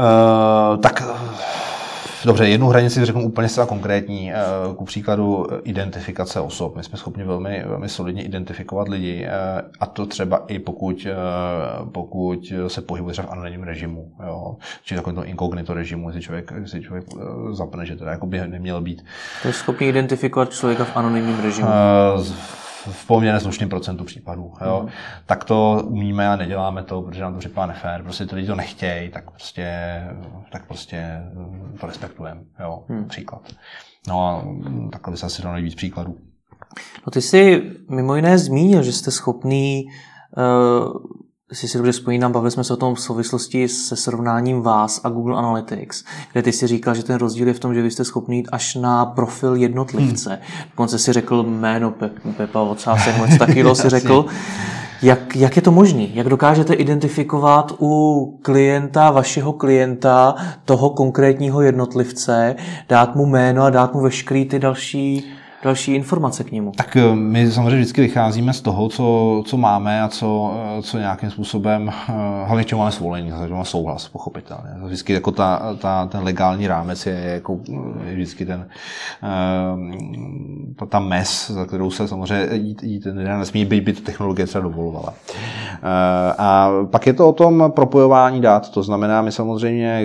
Dobře, jednu hranici řeknu úplně zcela konkrétní. Ku příkladu identifikace osob. My jsme schopni velmi solidně identifikovat lidi a to třeba i pokud se pohybuje třeba v anonymním režimu. Jo? Či takovým inkognito režimu, jestli člověk zapne, že teda jako by neměl být. To je schopný identifikovat člověka v anonymním režimu? V poměrně slušném procentu případů. Jo. Tak to umíme a neděláme to, protože nám to připadá nefér. Prostě ty lidi to nechtějí, tak prostě to respektujeme. Jo. Příklad. No a takhle by se asi dalo nejvíc příkladů. No ty jsi mimo jiné zmínil, že jste schopný, jestli si dobře vzpomínám, bavili jsme se o tom v souvislosti se srovnáním vás a Google Analytics, kde ty si říkal, že ten rozdíl je v tom, že vy jste schopný jít až na profil jednotlivce. Dokonce si řekl jméno Pepa Ocásek, něco takového si řekl. Jak je to možné? Jak dokážete identifikovat u klienta, vašeho klienta, toho konkrétního jednotlivce, dát mu jméno a dát mu veškerý ty další informace k němu? Tak my samozřejmě vždycky vycházíme z toho, co máme a co nějakým způsobem, hlavně čemu máme svolení, máme souhlas, pochopitelně. Vždycky jako ten legální rámec je vždycky ta mez, za kterou se samozřejmě jít nesmí by to technologie třeba dovolovala. A pak je to o tom propojování dat, to znamená, my samozřejmě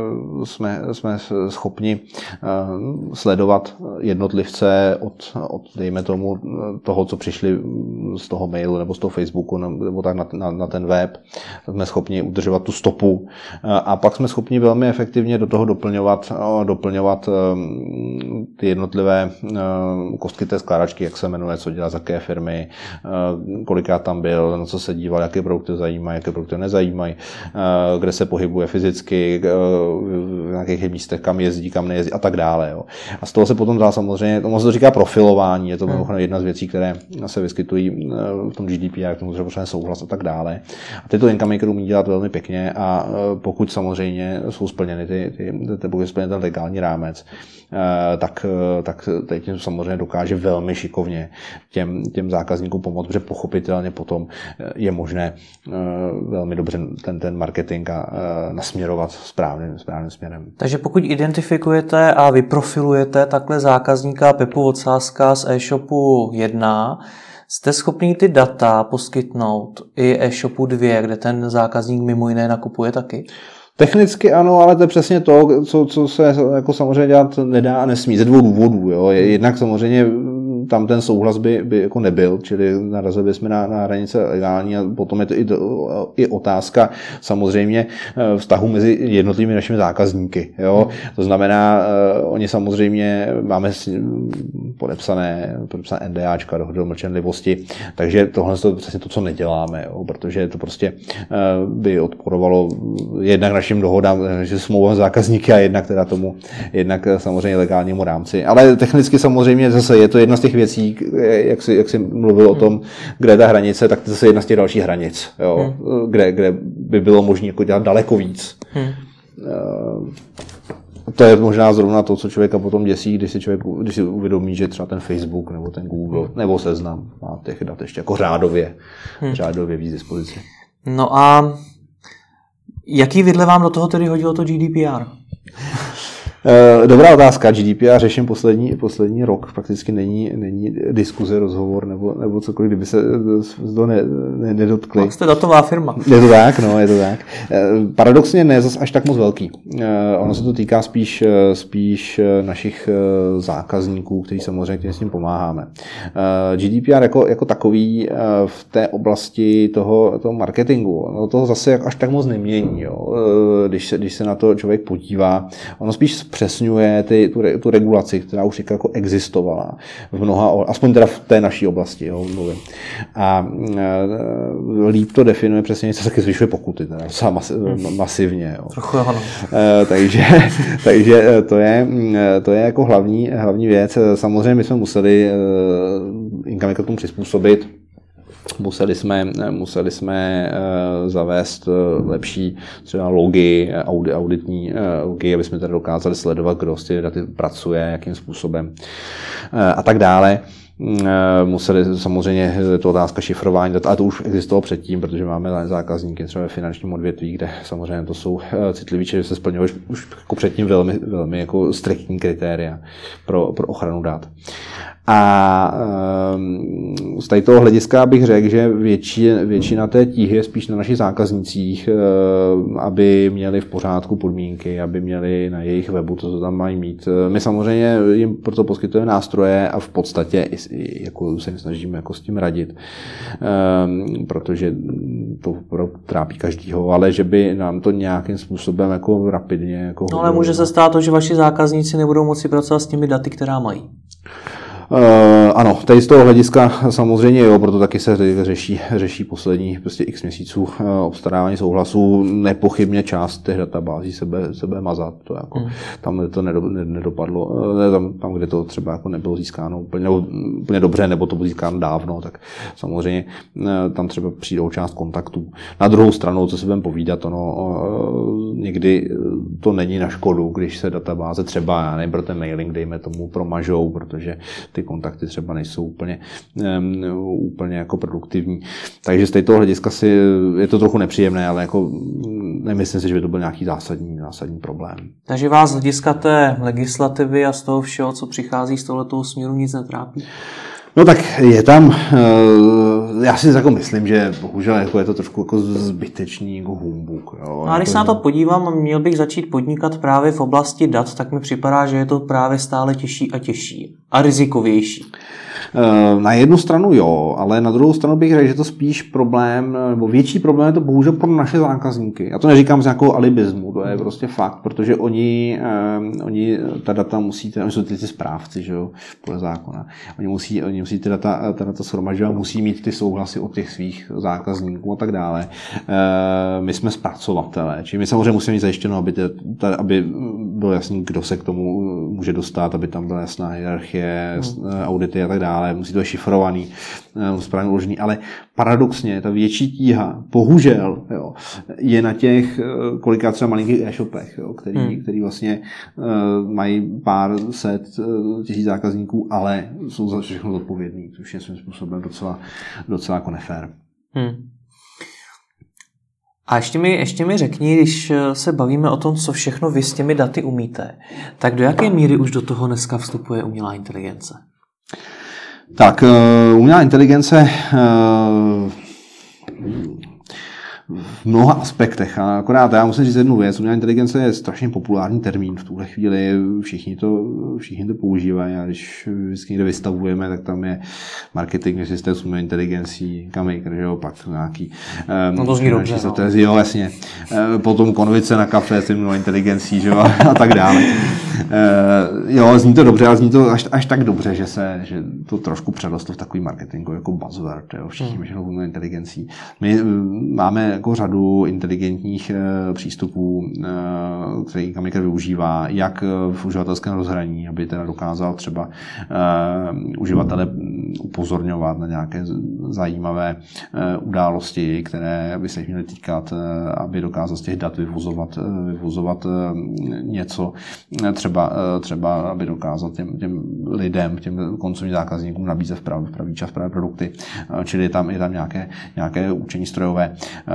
jsme schopni sledovat jednotlivce od dejme tomu, toho, co přišli z toho mailu nebo z toho Facebooku nebo tak na ten web. Jsme schopni udržovat tu stopu a pak jsme schopni velmi efektivně do toho doplňovat ty jednotlivé kostky té skládačky, jak se jmenuje, co dělá, za jaké firmy, kolikrát tam byl, na co se díval, jaké produkty zajímají, jaké produkty nezajímají, kde se pohybuje fyzicky, v nějakých místech, kam jezdí, kam nejezdí a tak dále. Jo. A z toho se potom dá samozřejmě, tomu se to říká profilování, je to mimochodem jedna z věcí, které se vyskytují v tom GDPR, k tomu třeba potřebuje souhlas a tak dále. A tyto income umí dělat velmi pěkně a pokud samozřejmě jsou splněny ten legální rámec, tak teď samozřejmě dokáže velmi šikovně těm zákazníkům pomoct, protože pochopitelně potom je možné velmi dobře ten marketing nasměrovat správným směrem. Takže pokud identifikujete a vyprofilujete takhle zákazníka Pepu Ocáska z e-shopu 1, jste schopný ty data poskytnout i e-shopu 2, kde ten zákazník mimo jiné nakupuje taky? Technicky ano, ale to je přesně to, co se jako samozřejmě dělat nedá a nesmí. Ze dvou důvodů. Jo. Jednak samozřejmě tam ten souhlas by jako nebyl, čili narazili bychom na hranice legální a potom je to i otázka samozřejmě vztahu mezi jednotlivými našimi zákazníky. Jo. To znamená, oni samozřejmě máme podepsané NDAčka, dohody o mlčenlivosti, takže tohle je přesně to, co neděláme, jo, protože to prostě by odporovalo jednak našim dohodám, že smlouvám zákazníky a jednak samozřejmě legálnímu rámci. Ale technicky samozřejmě zase je to jedna z těch věcí, jak jsi mluvil o tom, kde je ta hranice, tak to je zase jedna z těch dalších hranic, jo, kde by bylo možné jako dělat daleko víc. To je možná zrovna to, co člověka potom děsí, když si uvědomí, že třeba ten Facebook nebo ten Google nebo Seznam má těch dat ještě jako řádově víc dispozici. No a jaký vidle vám do toho tedy hodilo to GDPR? Dobrá otázka. GDPR řeším poslední rok. Prakticky není diskuze, rozhovor nebo cokoliv, kdyby se to nedotkli. Tak jste datová firma. Je to tak, no, je to tak. Paradoxně ne zas až tak moc velký. Ono se to týká spíš našich zákazníků, kteří samozřejmě s tím pomáháme. GDPR jako takový v té oblasti toho marketingu, no toho zase až tak moc nemění. Jo. Když se na to člověk podívá, ono spíš zpřesňuje tu regulaci, která už jako existovala v mnoha, aspoň teda v té naší oblasti, jo, mluvím. A líp to definuje přesně, co taky zvyšuje pokuty, teda masivně. Jo. Trochu ano. Takže to je jako hlavní věc. Samozřejmě my jsme museli Incomeka k tomu přizpůsobit. Museli jsme zavést lepší třeba logy, auditní logy, aby jsme tady dokázali sledovat, kdo s těmi daty pracuje, jakým způsobem a tak dále. Museli samozřejmě, to otázka šifrování dat, ale to už existovalo předtím, protože máme zákazníky třeba ve finančním odvětví, kde samozřejmě to jsou citliví, že se splňují už jako předtím velmi jako striktní kritéria pro ochranu dat. A z tady toho hlediska bych řekl, že většina té tíhy je spíš na našich zákaznících, aby měli v pořádku podmínky, aby měli na jejich webu to, co tam mají mít. My samozřejmě jim proto poskytujeme nástroje a v podstatě jako se snažíme jako s tím radit, protože to trápí každýho, ale že by nám to nějakým způsobem jako rapidně... Jako no ale může se stát to, že vaši zákazníci nebudou moci pracovat s těmi daty, která mají. Ano, tady z toho hlediska samozřejmě jo, proto taky se řeší poslední prostě x měsíců obstarávání souhlasů. Nepochybně část těch databází sebe mazat. To jako, tam, kde to nedopadlo, tam, kde to třeba jako nebylo získáno úplně dobře, nebo to bylo získáno dávno, tak samozřejmě tam třeba přijdou část kontaktů. Na druhou stranu, co se budeme povídat, někdy to není na škodu, když se databáze třeba, já nevím, pro ten mailing, dejme tomu, promažou, protože ty kontakty třeba nejsou úplně jako produktivní. Takže z této hlediska je to trochu nepříjemné, ale jako nemyslím si, že by to byl nějaký zásadní problém. Takže vás z hlediska té legislativy a z toho všeho, co přichází z tohoto směru, nic netrápí? No tak je tam, já si jako myslím, že bohužel jako je to trošku jako zbytečný jako humbuk. Jo. A když se na to podívám a měl bych začít podnikat právě v oblasti dat, tak mi připadá, že je to právě stále těžší a těžší a rizikovější. Na jednu stranu jo, ale na druhou stranu bych řekl, že to spíš problém, nebo větší problém je to bohužel pro naše zákazníky. Já to neříkám z nějakého alibismu, to je prostě fakt, protože oni ta data musí, oni jsou ty správci, že jo, podle zákona. Oni musí ty data shromažďovat, musí mít ty souhlasy od těch svých zákazníků a tak dále. My jsme zpracovatelé, čili my samozřejmě musíme mít zajištěno, aby bylo jasný, kdo se k tomu může dostat, aby tam byla jasná hierarchie, audity a tak dále. Musí to být šifrovaný, správně uložený, ale paradoxně ta větší tíha, bohužel, jo, je na těch kolikrát třeba malinkých e-shopech, jo, který vlastně mají pár set tisíc zákazníků, ale jsou za všechno zodpovědní, což je svým způsobem docela jako nefér. A ještě mi řekni, když se bavíme o tom, co všechno vy s těmi daty umíte, tak do jaké míry už do toho dneska vstupuje umělá inteligence? Tak, umělá inteligence v mnoha aspektech. A akorát já musím říct jednu věc. Umělá inteligence je strašně populární termín v tuhle chvíli. Všichni to používají. A když vždycky někde vystavujeme, tak tam je marketing systém s umělou inteligencí, Incomeka, že jo, pak nějaký... No to zní dobře, no. Jo, jasně. Potom konvice na kafe s umělou inteligencí, že jo, a tak dále. Jo, zní to dobře, ale zní to až tak dobře, že to trošku přerostlo v takový marketingu jako buzzword, jo, všichni myšlenou umělou inteligencí. My máme jako řadu inteligentních přístupů, které Incomeka využívá, jak v uživatelském rozhraní, aby teda dokázal třeba uživatele upozorňovat na nějaké zajímavé události, které by se jich měly týkat, aby dokázal z těch dat vyvozovat něco, třeba aby dokázal těm lidem, těm koncovým zákazníkům nabízet v pravý čas právě produkty, čili je tam nějaké učení strojové.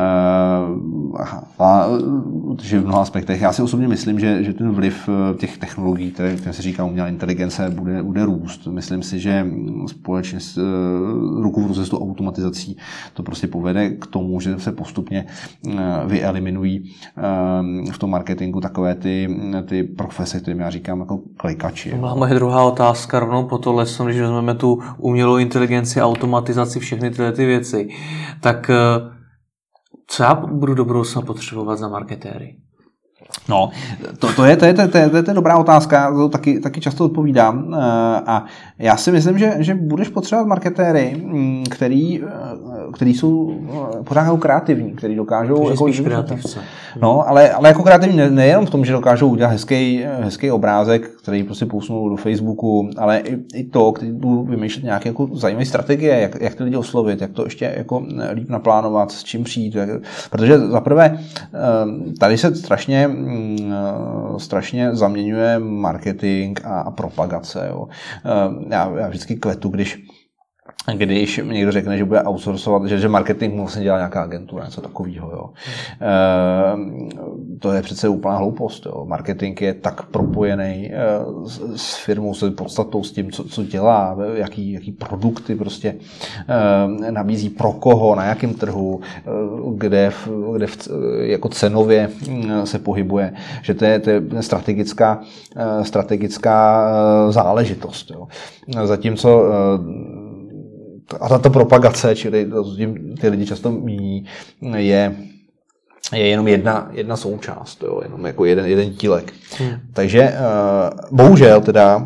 Takže v mnoha aspektech. Já si osobně myslím, že ten vliv těch technologií, které se říká umělá inteligence, bude růst. Myslím si, že společně s ruku v ruce s tou automatizací to prostě povede k tomu, že se postupně vyeliminují v tom marketingu takové ty profese, kterým já říkám jako klikači. Moje druhá otázka rovnou po tohle, když vezmeme tu umělou inteligenci, automatizaci, všechny tyhle ty věci, tak co já budu do budoucna potřebovat za marketéry? No, to je dobrá otázka, to taky často odpovídám. A já si myslím, že budeš potřebovat marketéry, který jsou pořád jako kreativní, který dokážou... Jako kreativce. No, ale jako kreativní nejenom v tom, že dokážou udělat hezký obrázek, který prostě pousnou do Facebooku, ale i to, který budou vymýšlet nějaké jako zajímavé strategie, jak ty lidi oslovit, jak to ještě jako líp naplánovat, s čím přijít. Protože zaprvé tady se strašně zaměňuje marketing a propagace. Jo. Já vždycky kvetu, když mi někdo řekne, že bude outsourcovat, že marketing musí dělat nějaká agentura, něco takového. Jo. To je přece úplná hloupost. Jo. Marketing je tak propojený s firmou, s podstatou, s tím, co dělá, jaký produkty prostě nabízí pro koho, na jakém trhu, kde jako cenově se pohybuje, že to je strategická záležitost. Jo. Zatímco a ta propagace, čili ty lidi často míní, je jenom jedna součást, jo, jenom jako jeden dílek. Takže bohužel teda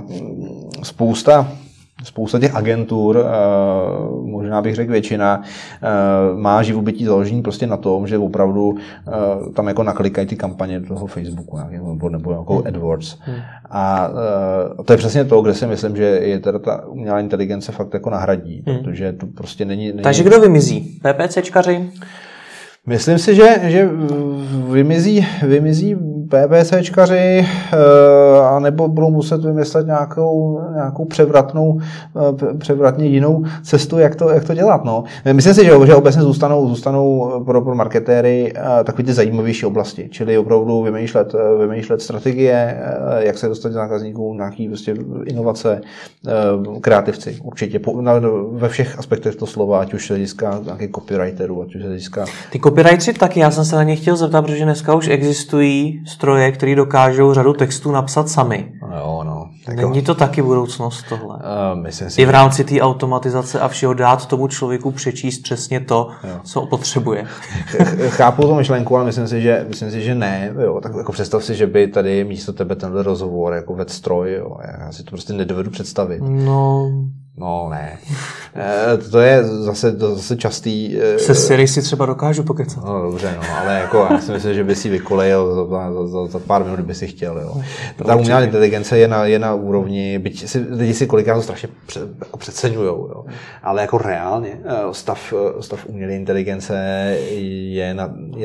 spousta těch agentur, možná bych řekl většina, má živobytí založení prostě na tom, že opravdu tam jako naklikají ty kampaně do toho Facebooku nebo jako AdWords. A to je přesně to, kde si myslím, že je teda ta umělá inteligence fakt jako nahradí, protože to prostě není... Takže kdo vymizí? PPCčkaři? Myslím si, že vymizí PPCčkaři, anebo budou muset vymyslet nějakou převratně jinou cestu, jak to dělat. No. Myslím si, že obecně zůstanou pro marketéry takové ty zajímavější oblasti, čili opravdu vymýšlet strategie, jak se dostat k zákazníkům, nějaký prostě inovace, kreativci určitě ve všech aspektech toho slova, ať už se hlediska nějakých copywriterů, ať už se hlediska... Ty copywriteri taky, já jsem se na ně chtěl zeptat, protože dneska už existují stroje, které dokážou řadu textů napsat sami. No. Není to taky budoucnost tohle? Myslím si, i v rámci té automatizace a všeho dát tomu člověku přečíst přesně to, co potřebuje. Chápu tu myšlenku, ale myslím si, že ne. Jo. Tak jako představ si, že by tady místo tebe tenhle rozhovor jako vedl stroj. Jo. Já si to prostě nedovedu představit. No, ne. To je zase častý... Se Siri si třeba dokážu pokecat. No, dobře, ale jako já si myslím, že by si vykolejil za pár minut, by si chtěl. Jo. Ta umělá inteligence je na úrovni, byť lidi si kolikrát to strašně přeceňujou, jo. Ale jako reálně stav umělé inteligence je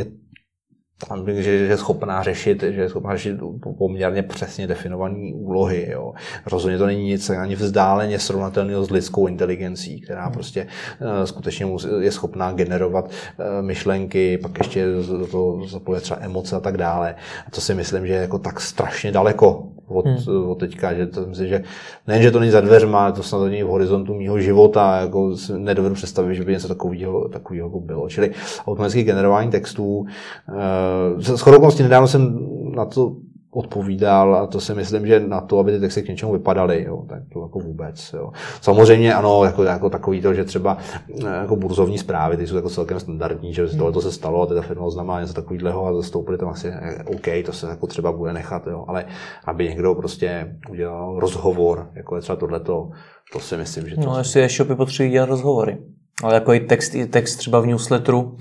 že je schopná řešit poměrně přesně definované úlohy. Jo. Rozhodně to není nic ani vzdáleně srovnatelného s lidskou inteligencí, která prostě skutečně je schopná generovat myšlenky, pak ještě do toho zapojit třeba emoce a tak dále. A to si myslím, že je jako tak strašně daleko od teďka, že to myslím, že nejen, že to není za dveřma, ale to snad není v horizontu mýho života, jako si nedovedu představit, že by něco takového bylo. Čili automatické generování textů. Shodou okolností nedávno jsem na to odpovídal a to si myslím, že na to, aby ty texty k něčemu vypadaly, jo, tak to jako vůbec. Jo. Samozřejmě ano, jako takový to, že třeba jako burzovní zprávy, ty jsou jako celkem standardní, že tohle se stalo a teda firma oznámila něco takového a zastoupili tam asi OK, to se jako třeba bude nechat, jo, ale aby někdo prostě udělal rozhovor, jako je třeba tohleto, to si myslím, že to... No, jestli e-shopy potřebují dělat rozhovory, ale jako i text třeba v newsletteru.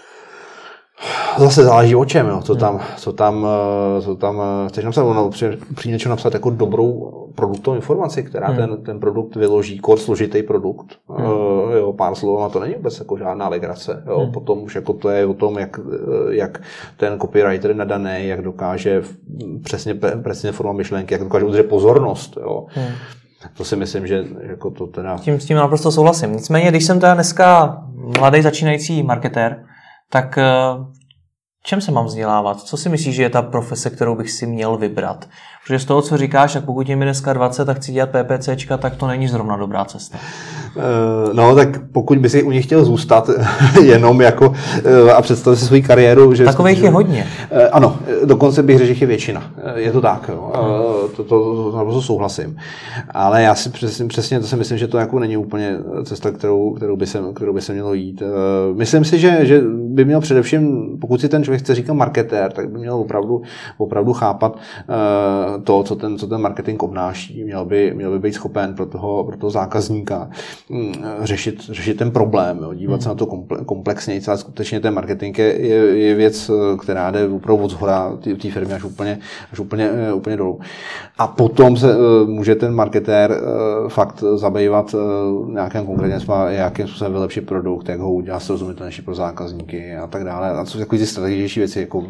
Zase záleží o čem, jo. Co tam chceš napsat, při něčem napsat jako dobrou produktovou informaci, která ten produkt vyloží, složitý produkt. Jo, pár slovama to není vůbec jako žádná legrace. Jo. Potom už jako to je o tom, jak ten copywriter nadaný, jak dokáže přesně forma myšlenky, jak dokáže udržet pozornost. Jo. To si myslím, že jako to teda... S tím naprosto souhlasím. Nicméně, když jsem teda dneska mladý začínající marketér, tak čem se mám vzdělávat? Co si myslíš, že je ta profese, kterou bych si měl vybrat? Protože z toho, co říkáš, tak pokud je mi dneska 20, tak chci dělat PPCčka, tak to není zrovna dobrá cesta. No, tak pokud by si u nich chtěl zůstat jenom jako a představit si svou kariéru... Že takových je hodně. Ano, dokonce bych řekl, že je většina. Je to tak, jo. To naprosto souhlasím. Ale já si přesně to si myslím, že to jako není úplně cesta, kterou by se mělo jít. Myslím si, že by měl především, pokud si ten člověk chce říkat marketér, tak by měl opravdu chápat to, co ten marketing obnáší. Měl by být schopen pro toho zákazníka řešit ten problém, jo, dívat se na to komplexně, ale skutečně ten marketing je věc, která jde opravdu od zhora té firmy až úplně dolů. A potom se může ten marketér fakt zabývat nějakým konkrétně, jakým způsobem vylepšit produkt, jak ho udělat srozumitelnější pro zákazníky a tak dále. A co takové ty strategičtější věci, jako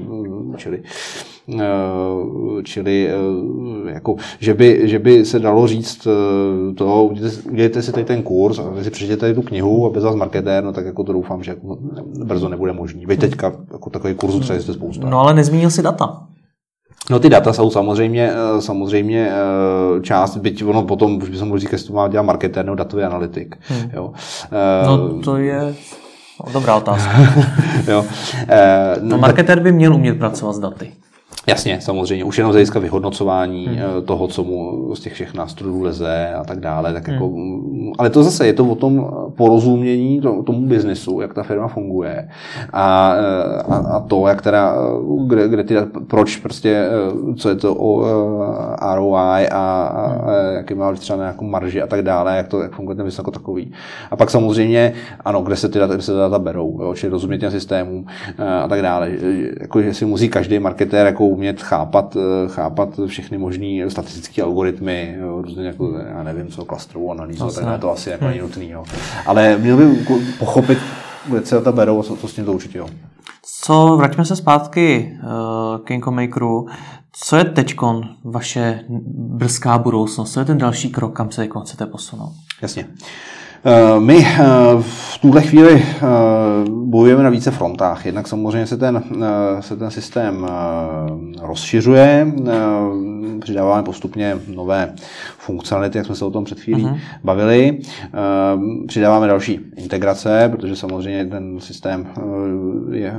čili jako, že by se dalo říct to, udělejte si tady ten kurz a vy si přečtěte tady tu knihu a bez vás marketér, no tak jako to doufám, že jako brzo nebude možný. Veď teďka jako takový kurzů třeba jste spousta. No ale nezmínil si data. No ty data jsou samozřejmě část, byť ono potom, už bychom mohli říkat, jestli to má dělat marketér nebo datový analytik. Jo. No to je dobrá otázka. Jo. No marketér by měl umět pracovat s daty. Jasně, samozřejmě. Už jenom z hlediska vyhodnocování toho, co mu z těch všech nástrojů leze a tak dále. Tak jako, ale to zase je to o tom porozumění tomu biznesu, jak ta firma funguje a to, jak teda, proč prostě, co je to ROI a jaký má třeba nějakou marži a tak dále, jak funguje ten biznes jako takový. A pak samozřejmě, ano, kde se ty data berou, jo, čili rozumět těm systémům a tak dále. Jako, že si musí každý marketér jako umět chápat všechny možný statistické algoritmy, různě jako, já nevím, co klastrovou analýzu, tak to asi jako není nutný. Jo. Ale měl by pochopit, kde se data berou, co s tím to určitě. Jo. Vraťme se zpátky k Incomakeru. Co je teďkon vaše brzká budoucnost? Co je ten další krok, kam se chcete posunout? Jasně. My v tuhle chvíli bojujeme na více frontách. Jednak samozřejmě se ten systém rozšiřuje, přidáváme postupně nové funkcionality, jak jsme se o tom před chvílí bavili. Přidáváme další integrace, protože samozřejmě ten systém je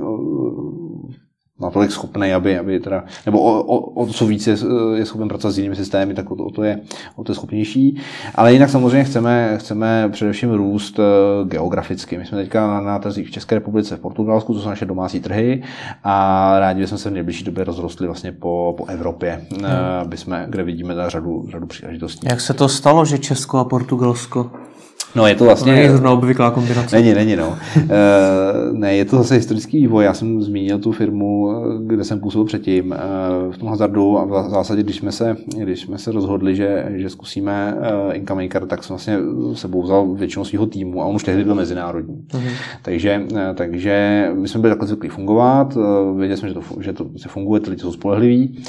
natolik schopný, aby teda, nebo o co víc je schopen pracovat s jinými systémy, tak o to je schopnější. Ale jinak samozřejmě chceme především růst geograficky. My jsme teďka na trzích v České republice, v Portugalsku, to jsou naše domácí trhy a rádi bychom se v nejbližší době rozrostli vlastně po Evropě, kde vidíme řadu příležitostí. Jak se to stalo, že Česko a Portugalsko? No, je to vlastně... Není zrovna obvyklá kombinace. Není, no. Ne, je to zase historický vývoj. Já jsem zmínil tu firmu, kde jsem působil předtím v tom hazardu a v zásadě, když jsme se rozhodli, že zkusíme Incamaker, tak jsem vlastně sebou vzal většinu svého týmu a on už tehdy byl mezinárodní. Takže my jsme byli takhle zvyklí fungovat, věděli jsme, že to funguje, ty lidi jsou spolehliví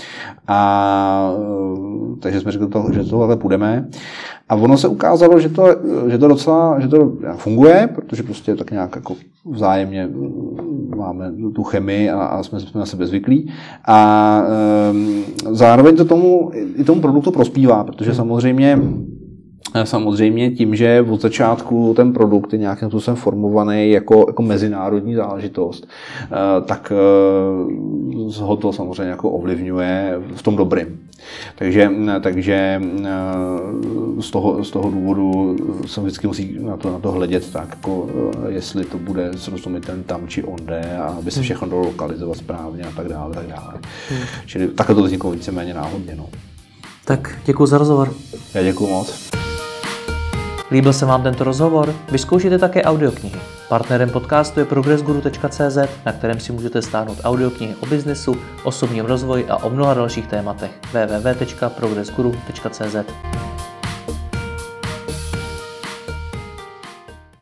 a takže jsme řekli, že tohle půjdeme. A ono se ukázalo, že to funguje, protože prostě tak nějak jako vzájemně máme tu chemii a jsme na sebe zvyklí. A zároveň to tomu produktu prospívá, protože samozřejmě tím, že od začátku ten produkt je nějakým způsobem formovaný jako mezinárodní záležitost, tak ho to samozřejmě jako ovlivňuje v tom dobrým. Takže z toho důvodu se vždycky musí na to hledět tak, jako jestli to bude srozumitelný tam či onde a aby se všechno dalo lokalizovat správně a tak dále. Čili takhle to vzniklo víceméně náhodně. No. Tak děkuji za rozhovor. Já děkuji moc. Líbil se vám tento rozhovor? Vyzkoušejte také audioknihy. Partnerem podcastu je progressguru.cz, na kterém si můžete stáhnout audioknihy o biznesu, osobním rozvoji a o mnoha dalších tématech. www.progressguru.cz